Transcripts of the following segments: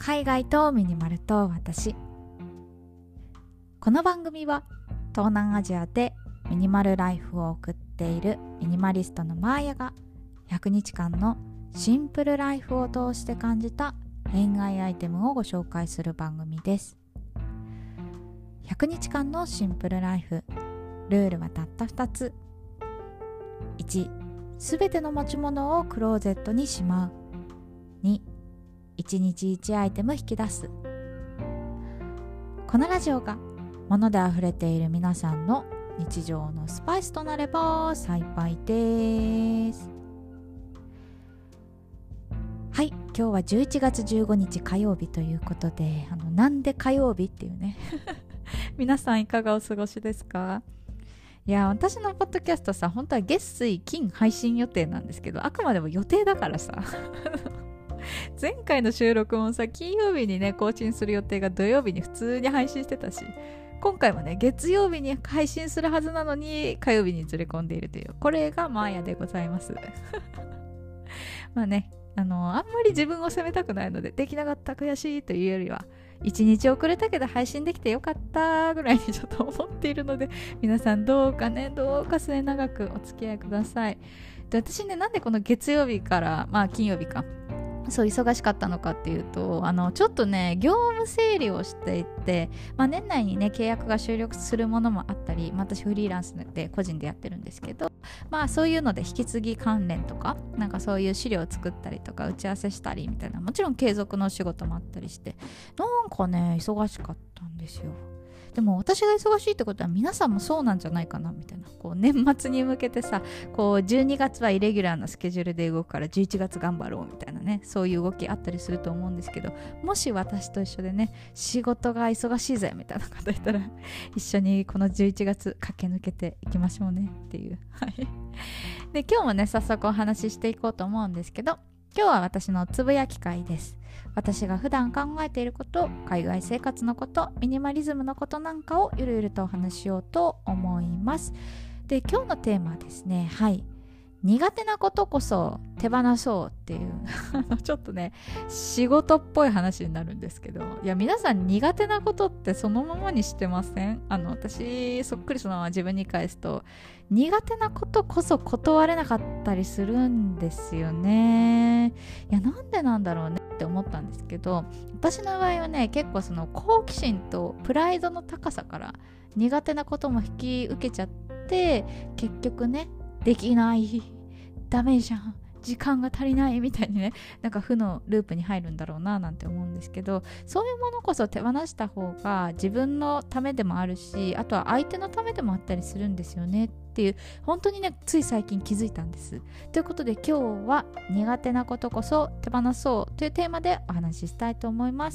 海外とミニマルと私。この番組は東南アジアでミニマルライフを送っているミニマリストのマーヤが100日間のシンプルライフを通して感じた恋愛アイテムをご紹介する番組です。100日間のシンプルライフ、ルールはたった2つ。1、すべての持ち物をクローゼットにしまう。2、1日1アイテム引き出す。このラジオが物であふれている皆さんの日常のスパイスとなれば幸いです。はい、今日は11月15日火曜日ということで、なんで火曜日っていうね皆さんいかがお過ごしですか？いや、私のポッドキャストさ、本当は月水金配信予定なんですけど、あくまでも予定だからさ前回の収録もさ、金曜日にね更新する予定が土曜日に普通に配信してたし、今回もね月曜日に配信するはずなのに火曜日にずれ込んでいるという、これがマーヤでございますまあね、あんまり自分を責めたくないので、できなかった悔しいというよりは、1日遅れたけど配信できてよかったぐらいにちょっと思っているので、皆さんどうか末永くお付き合いください。で、私ね、なんでこの月曜日から金曜日かそう忙しかったのかっていうと、ちょっとね業務整理をしていて、年内にね契約が終了するものもあったり、私フリーランスで個人でやってるんですけど、そういうので引き継ぎ関連とか、なんかそういう資料を作ったりとか打ち合わせしたりみたいな、もちろん継続の仕事もあったりして、なんかね忙しかったんですよ。でも私が忙しいってことは皆さんもそうなんじゃないかなみたいな、こう年末に向けてさ、こう12月はイレギュラーなスケジュールで動くから11月頑張ろうみたいなね、そういう動きあったりすると思うんですけど、もし私と一緒でね仕事が忙しいぜみたいな方いたら、一緒にこの11月駆け抜けていきましょうねっていうで、今日もね早速お話ししていこうと思うんですけど、今日は私のつぶやき会です。私が普段考えていること、海外生活のこと、ミニマリズムのことなんかをゆるゆるとお話ししようと思います。で、今日のテーマはですね、苦手なことこそ手放そうっていうちょっとね仕事っぽい話になるんですけど、いや皆さん苦手なことってそのままにしてません？私そっくりそのまま自分に返すと、苦手なことこそ断れなかったりするんですよね。いや、なんでなんだろうねって思ったんですけど、私の場合はね結構その好奇心とプライドの高さから苦手なことも引き受けちゃって、結局ねできない、ダメじゃん、時間が足りないみたいにね、なんか負のループに入るんだろうななんて思うんですけど、そういうものこそ手放した方が自分のためでもあるし、あとは相手のためでもあったりするんですよねっていう、本当にねつい最近気づいたんです。ということで今日は苦手なことこそ手放そうというテーマでお話ししたいと思います。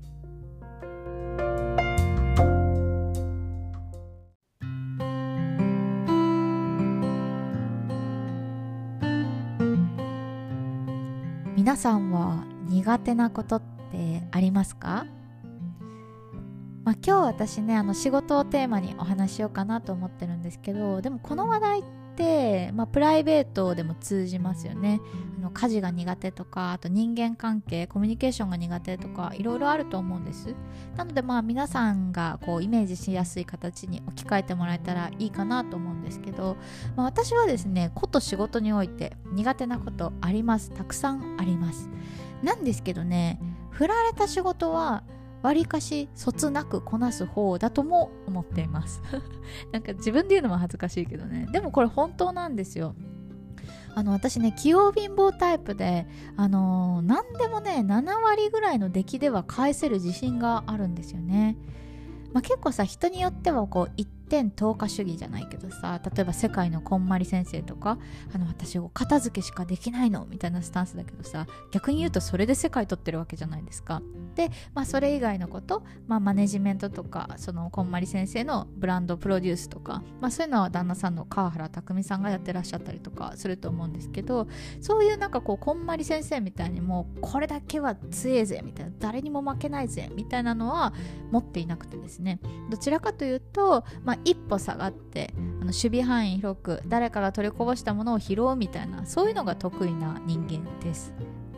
皆さんは苦手なことってありますか？今日私ね仕事をテーマにお話ししようかなと思ってるんですけど、でもこの話題ってプライベートでも通じますよね。家事が苦手とか、あと人間関係、コミュニケーションが苦手とか、いろいろあると思うんです。なので皆さんがこうイメージしやすい形に置き換えてもらえたらいいかなと思うんですけど、私はですねこと仕事において苦手なことあります。たくさんあります。なんですけどね、振られた仕事はわりかしそつなくこなす方だとも思っていますなんか自分で言うのも恥ずかしいけどね、でもこれ本当なんですよ。私ね器用貧乏タイプで、何でもね7割ぐらいの出来では返せる自信があるんですよね。結構さ、人によってはこう一点投下主義じゃないけどさ、例えば世界のこんまり先生とか、私お片付けしかできないのみたいなスタンスだけどさ、逆に言うとそれで世界取ってるわけじゃないですか。で、それ以外のこと、マネジメントとか、そのこんまり先生のブランドプロデュースとか、そういうのは旦那さんの川原拓実さんがやってらっしゃったりとかすると思うんですけど、そういうなんかこうこんまり先生みたいにもうこれだけは強えぜみたいな、誰にも負けないぜみたいなのは持っていなくてですね、どちらかというと、一歩下がって守備範囲広く誰かが取りこぼしたものを拾うみたいな、そういうのが得意な人間です。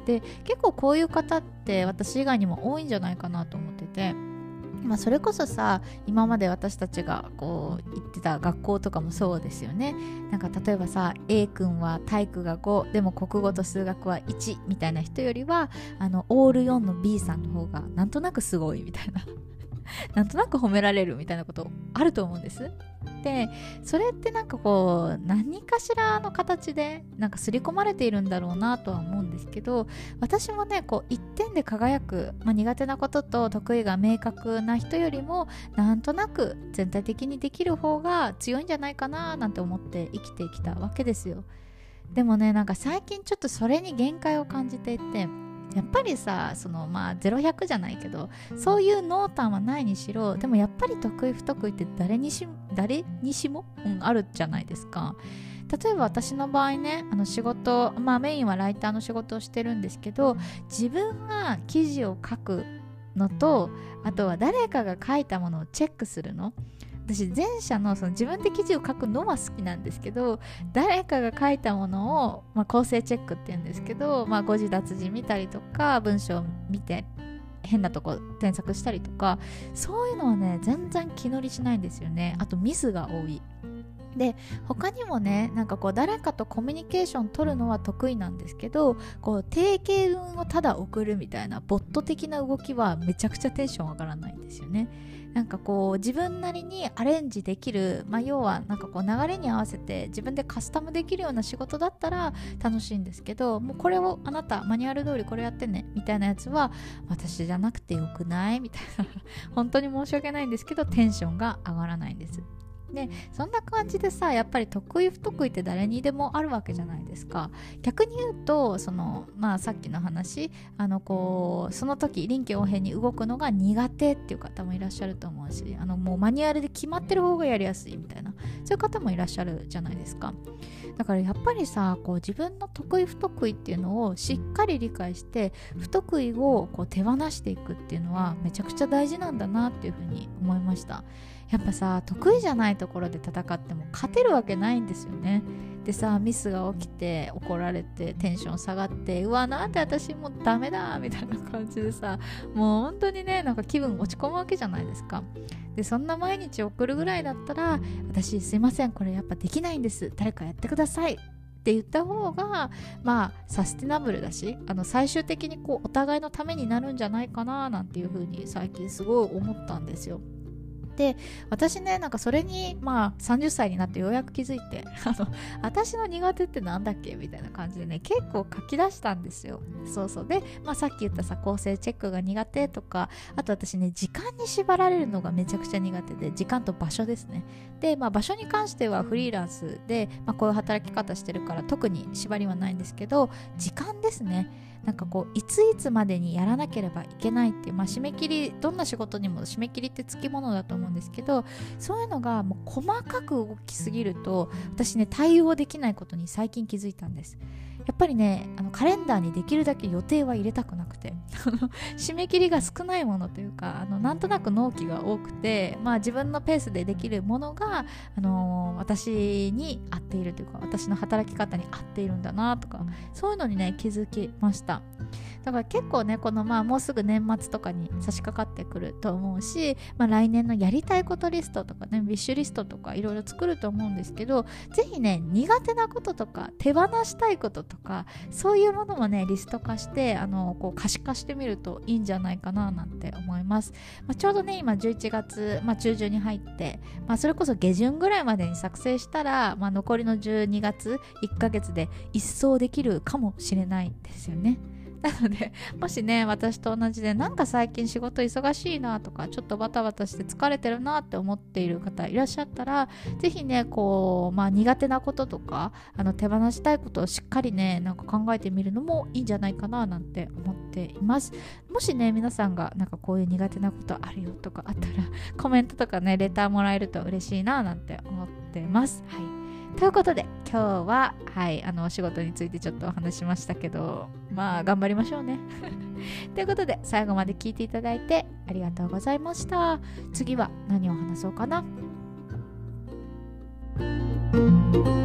で結構こういう方って私以外にも多いんじゃないかなと思ってて、それこそさ、今まで私たちがこう行ってた学校とかもそうですよね。なんか例えばさ、 A 君は体育が5でも国語と数学は1みたいな人よりはオール4の B さんの方がなんとなくすごいみたいななんとなく褒められるみたいなことあると思うんです。でそれってなんかこう何かしらの形でなんか刷り込まれているんだろうなとは思うんですけど、私もねこう一点で輝く、苦手なことと得意が明確な人よりもなんとなく全体的にできる方が強いんじゃないかななんて思って生きてきたわけですよ。でもね、なんか最近ちょっとそれに限界を感じていて、やっぱりさ、0100じゃないけどそういう濃淡はないにしろ、でもやっぱり得意不得意って誰にしも、あるじゃないですか。例えば私の場合ね、仕事、メインはライターの仕事をしてるんですけど、自分が記事を書くのと、あとは誰かが書いたものをチェックするの。私前者の自分で記事を書くのは好きなんですけど、誰かが書いたものを、構成チェックって言うんですけど、誤字脱字見たりとか文章を見て変なとこ添削したりとか、そういうのはね全然気乗りしないんですよね。あとミスが多い。で他にもね、なんかこう誰かとコミュニケーション取るのは得意なんですけど、こう定型文をただ送るみたいなボット的な動きはめちゃくちゃテンション上がらないんですよね。なんかこう自分なりにアレンジできる、要はなんかこう流れに合わせて自分でカスタムできるような仕事だったら楽しいんですけど、もうこれをあなたマニュアル通りこれやってねみたいなやつは私じゃなくてよくないみたいな本当に申し訳ないんですけどテンションが上がらないんです。でそんな感じでさ、やっぱり得意不得意って誰にでもあるわけじゃないですか。逆に言うとさっきの話、その時臨機応変に動くのが苦手っていう方もいらっしゃると思うし、もうマニュアルで決まってる方がやりやすいみたいな、そういう方もいらっしゃるじゃないですか。だからやっぱりさ、こう自分の得意不得意っていうのをしっかり理解して不得意をこう手放していくっていうのはめちゃくちゃ大事なんだなっていうふうに思いました。やっぱさ、得意じゃないところで戦っても勝てるわけないんですよね。でさ、ミスが起きて怒られてテンション下がって、うわなんで私もうダメだみたいな感じでさ、もう本当にね、なんか気分落ち込むわけじゃないですか。でそんな毎日送るぐらいだったら、私すいませんこれやっぱできないんです、誰かやってくださいって言った方がサステナブルだし、最終的にこうお互いのためになるんじゃないかななんていう風に最近すごい思ったんですよ。で私ね、なんかそれに30歳になってようやく気づいて私の苦手ってなんだっけみたいな感じでね、結構書き出したんですよ。そうで、さっき言ったさ構成チェックが苦手とか、あと私ね時間に縛られるのがめちゃくちゃ苦手で、時間と場所ですね。で場所に関してはフリーランスで、こういう働き方してるから特に縛りはないんですけど、時間ですね。なんかこういついつまでにやらなければいけないっていう、締め切り、どんな仕事にも締め切りってつきものだと思うんですけど、そういうのがもう細かく動きすぎると私ね対応できないことに最近気づいたんです。やっぱりね、カレンダーにできるだけ予定は入れたくなくて締め切りが少ないものというか、なんとなく納期が多くて、自分のペースでできるものが、私に合っているというか、私の働き方に合っているんだなとか、そういうのにね気づきました。だから結構ね、このもうすぐ年末とかに差し掛かってくると思うし、来年のやりたいことリストとかね、ウィッシュリストとかいろいろ作ると思うんですけど、ぜひね苦手なこととか手放したいこととか、そういうものもねリスト化してこう可視化してみるといいんじゃないかななんて思います。ちょうどね今11月、中旬に入って、それこそ下旬ぐらいまでに作成したら、残りの12月1ヶ月で一掃できるかもしれないですよね。なのでもしね私と同じでなんか最近仕事忙しいなとか、ちょっとバタバタして疲れてるなって思っている方いらっしゃったら、ぜひねこう、苦手なこととか手放したいことをしっかりねなんか考えてみるのもいいんじゃないかななんて思っています。もしね皆さんがなんかこういう苦手なことあるよとかあったらコメントとかねレターもらえると嬉しいななんて思ってます。はい、ということで今日は、お仕事についてちょっとお話しましたけど、頑張りましょうねということで最後まで聞いていただいてありがとうございました。次は何を話そうかな。